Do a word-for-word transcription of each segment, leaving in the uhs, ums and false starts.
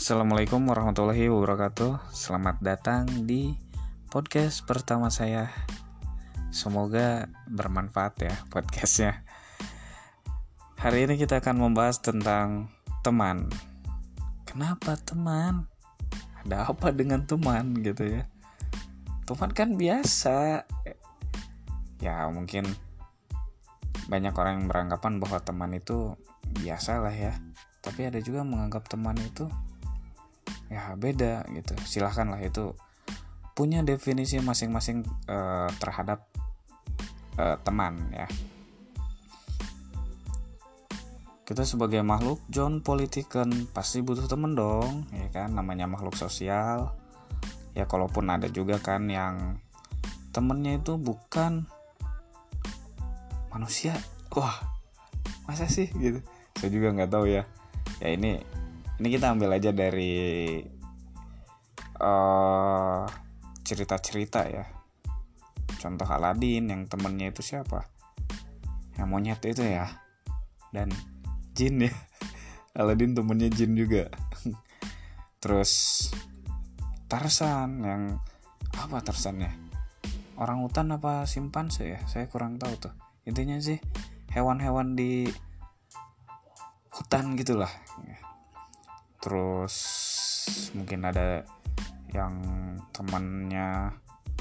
Assalamualaikum warahmatullahi wabarakatuh. Selamat datang di podcast pertama saya. Semoga bermanfaat ya podcastnya. Hari ini kita akan membahas tentang teman. Kenapa teman? Ada apa dengan teman gitu ya? Teman kan biasa. Ya mungkin banyak orang yang beranggapan bahwa teman itu biasa lah ya. Tapi ada juga yang menganggap teman itu ya beda gitu. Silahkan lah, itu punya definisi masing-masing uh, terhadap uh, teman ya. Kita sebagai makhluk John Politiken pasti butuh teman dong, ya kan, namanya makhluk sosial. Ya kalaupun ada juga kan yang temennya itu bukan manusia, wah masa sih gitu. Saya juga nggak tahu ya. Ya ini Ini kita ambil aja dari uh, cerita-cerita ya. Contoh Aladin yang temennya itu siapa? Yang monyet itu ya. Dan jin ya. Aladin temennya jin juga. Terus Tarzan yang apa Tarzannya? Orang hutan apa simpanse ya? Saya kurang tahu tuh. Intinya sih hewan-hewan di hutan gitulah. Terus mungkin ada yang temannya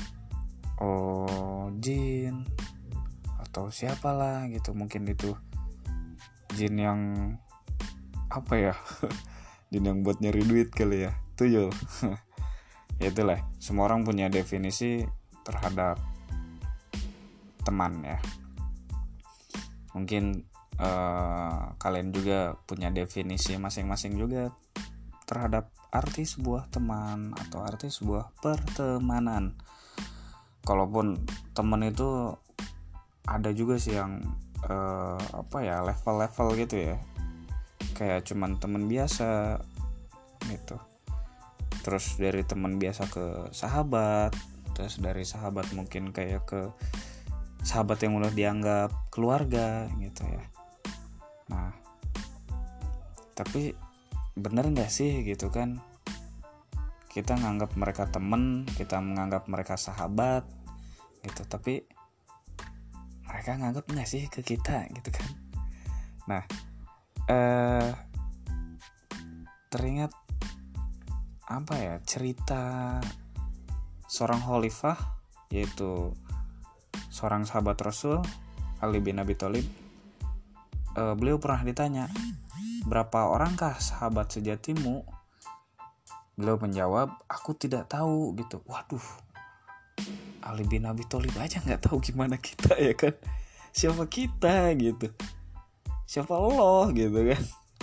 oh jin atau siapalah gitu. Mungkin itu jin yang apa ya? Jin yang buat nyari duit kali ya, tuyul. Ya itulah, semua orang punya definisi terhadap teman ya. Mungkin uh, kalian juga punya definisi masing-masing juga terhadap arti sebuah teman atau arti sebuah pertemanan. Kalaupun teman itu ada juga sih yang uh, apa ya, level-level gitu ya. Kayak cuman teman biasa gitu. Terus dari teman biasa ke sahabat, terus dari sahabat mungkin kayak ke sahabat yang udah dianggap keluarga gitu ya. Nah, tapi bener gak sih gitu kan, kita nganggap mereka temen, kita menganggap mereka sahabat gitu, tapi mereka nganggap gak sih ke kita gitu kan. Nah eh, teringat apa ya, cerita seorang khalifah, yaitu seorang sahabat Rasul, Ali bin Abi Thalib. eh, Beliau pernah ditanya, berapa orangkah sahabat sejatimu? Beliau menjawab, aku tidak tahu gitu. Waduh, Ali bin Abi Thalib aja nggak tahu, gimana kita ya kan? Siapa kita gitu? Siapa lo gitu kan?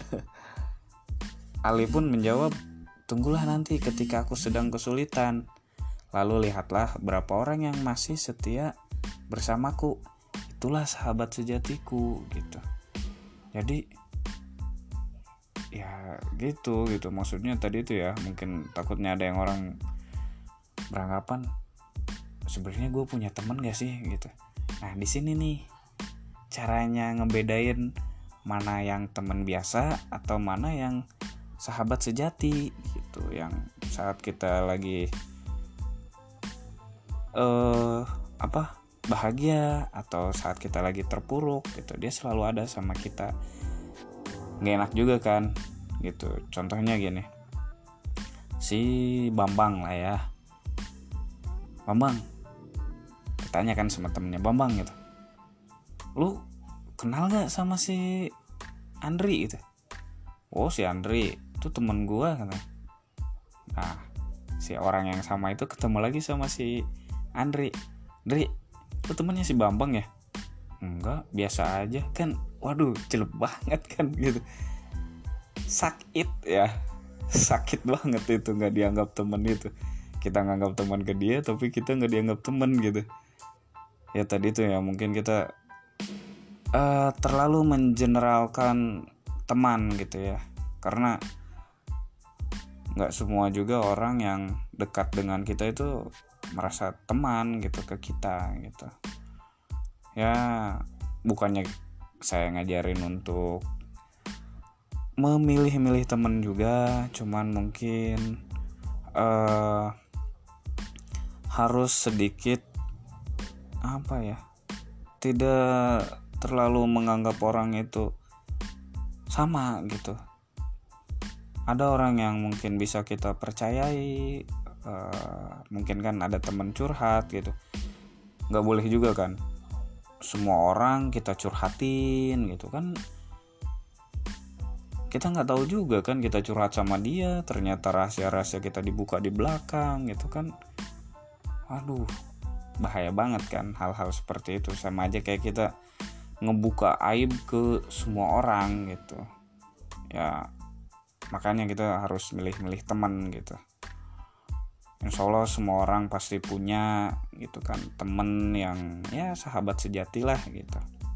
Ali pun menjawab, tunggulah nanti ketika aku sedang kesulitan. Lalu lihatlah berapa orang yang masih setia bersamaku. Itulah sahabat sejatiku gitu. Jadi ya gitu gitu maksudnya tadi itu ya. Mungkin takutnya ada yang orang beranggapan, sebenarnya gue punya teman gak sih gitu. Nah di sini nih caranya ngebedain mana yang teman biasa atau mana yang sahabat sejati gitu. Yang saat kita lagi eh apa bahagia atau saat kita lagi terpuruk gitu, dia selalu ada sama kita. Gak enak juga kan gitu. Contohnya gini, si Bambang lah ya, Bambang tanya kan sama temennya, Bambang gitu, lu kenal gak sama si Andri gitu? Oh si Andri itu temen gua katanya. Nah si orang yang sama itu ketemu lagi sama si Andri, Andri lu temennya si Bambang ya? Enggak, biasa aja kan. Waduh, jelek banget kan gitu. Sakit ya. Sakit banget itu gak dianggap teman itu. Kita nganggap teman ke dia, tapi kita gak dianggap teman gitu. Ya tadi itu ya, mungkin kita uh, terlalu mengeneralkan teman gitu ya. Karena gak semua juga orang yang dekat dengan kita itu merasa teman gitu ke kita gitu. Ya bukannya saya ngajarin untuk memilih-milih temen juga, cuman mungkin uh, harus sedikit apa ya, tidak terlalu menganggap orang itu sama gitu. Ada orang yang mungkin bisa kita percayai, uh, mungkin kan ada teman curhat gitu. Nggak boleh juga kan semua orang kita curhatin gitu kan. Kita nggak tahu juga kan, kita curhat sama dia ternyata rahasia-rahasia kita dibuka di belakang gitu kan. Aduh, bahaya banget kan hal-hal seperti itu. Sama aja kayak kita ngebuka aib ke semua orang gitu ya. Makanya kita harus milih-milih teman gitu. Insya Allah semua orang pasti punya gitu kan temen yang ya sahabat sejati lah gitu.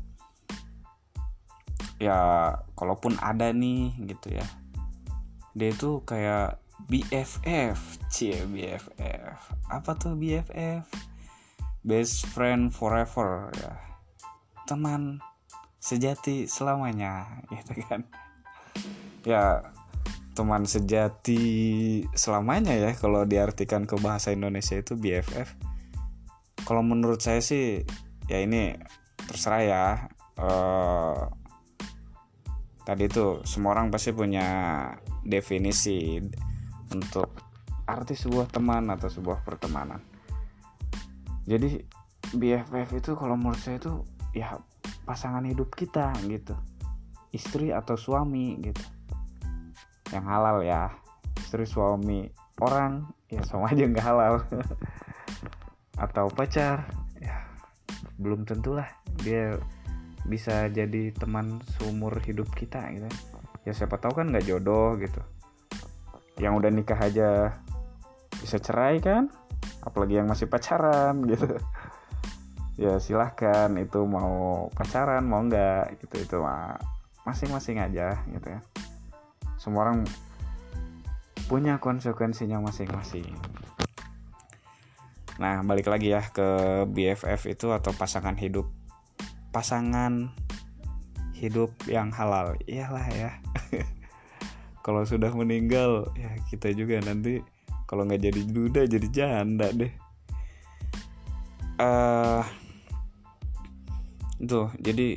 Ya kalaupun ada nih gitu ya, dia itu kayak B F F. Cie, B F F apa tuh B F F? Best friend forever ya, teman sejati selamanya gitu kan. Ya teman sejati selamanya ya kalau diartikan ke bahasa Indonesia itu B F F. Kalau menurut saya sih ya ini terserah ya. Uh, tadi tuh semua orang pasti punya definisi untuk arti sebuah teman atau sebuah pertemanan. Jadi B F F itu kalau menurut saya itu ya pasangan hidup kita gitu, istri atau suami gitu, yang halal ya. Istri suami orang ya sama aja nggak halal. Atau pacar ya belum tentulah dia bisa jadi teman seumur hidup kita gitu. Ya siapa tahu kan nggak jodoh gitu. Yang udah nikah aja bisa cerai kan, apalagi yang masih pacaran gitu. Ya silahkan itu mau pacaran mau nggak gitu, itu mah masing-masing aja gitu ya. Semua orang punya konsekuensinya masing-masing. Nah balik lagi ya ke B F F itu atau pasangan hidup. Pasangan hidup yang halal, iyalah ya. Kalau sudah meninggal ya kita juga nanti kalau nggak jadi duda jadi janda deh. Uh, tuh jadi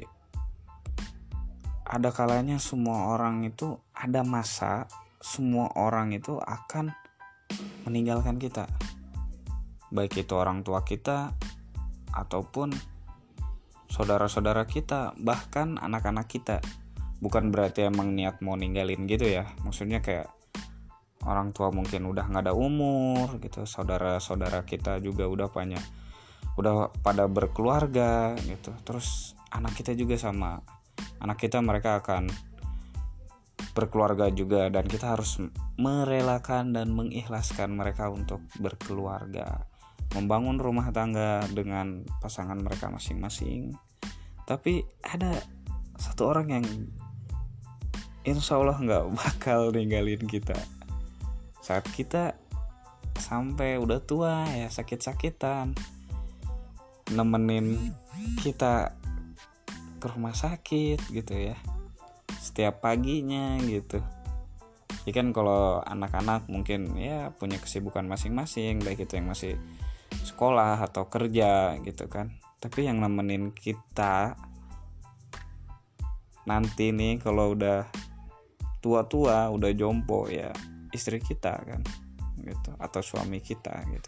ada kalanya semua orang itu ada masa semua orang itu akan meninggalkan kita, baik itu orang tua kita ataupun saudara-saudara kita, bahkan anak-anak kita. Bukan berarti emang niat mau ninggalin gitu ya, maksudnya kayak orang tua mungkin udah nggak ada umur gitu, saudara-saudara kita juga udah banyak udah pada berkeluarga gitu, terus anak kita juga sama anak kita mereka akan berkeluarga juga, dan kita harus merelakan dan mengikhlaskan mereka untuk berkeluarga, membangun rumah tangga dengan pasangan mereka masing-masing. Tapi ada satu orang yang insya Allah gak bakal ninggalin kita saat kita sampai udah tua ya, sakit-sakitan, nemenin kita ke rumah sakit gitu ya setiap paginya gitu. Ya kan kalau anak-anak mungkin ya punya kesibukan masing-masing, baik itu yang masih sekolah atau kerja gitu kan. Tapi yang nemenin kita nanti nih kalau udah tua-tua, udah jompo ya istri kita kan gitu, atau suami kita gitu.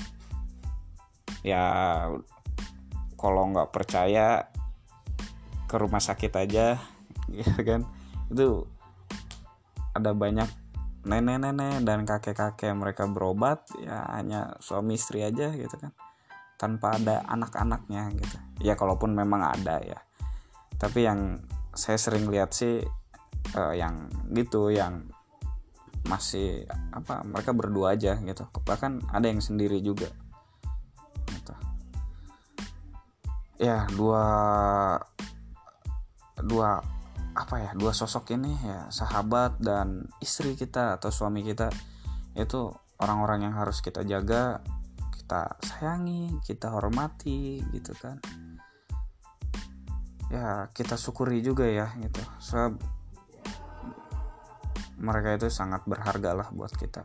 Ya kalau nggak percaya ke rumah sakit aja gitu kan. Itu ada banyak nenek-nenek dan kakek-kakek mereka berobat ya hanya suami istri aja gitu kan, tanpa ada anak-anaknya gitu. Ya kalaupun memang ada ya, tapi yang saya sering lihat sih uh, yang gitu, yang masih apa mereka berdua aja gitu, bahkan ada yang sendiri juga gitu. Ya dua dua apa ya dua sosok ini ya, sahabat dan istri kita atau suami kita, itu orang-orang yang harus kita jaga, kita sayangi, kita hormati gitu kan. Ya kita syukuri juga ya gitu. So, mereka itu sangat berharga lah buat kita.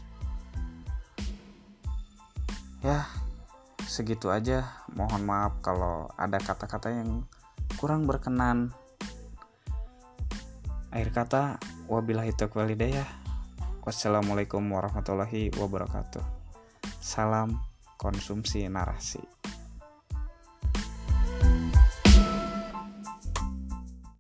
Ya segitu aja, mohon maaf kalau ada kata-kata yang kurang berkenan. Akhir kata, wabillahi taufiq wal hidayah. Wassalamualaikum warahmatullahi wabarakatuh. Salam konsumsi narasi.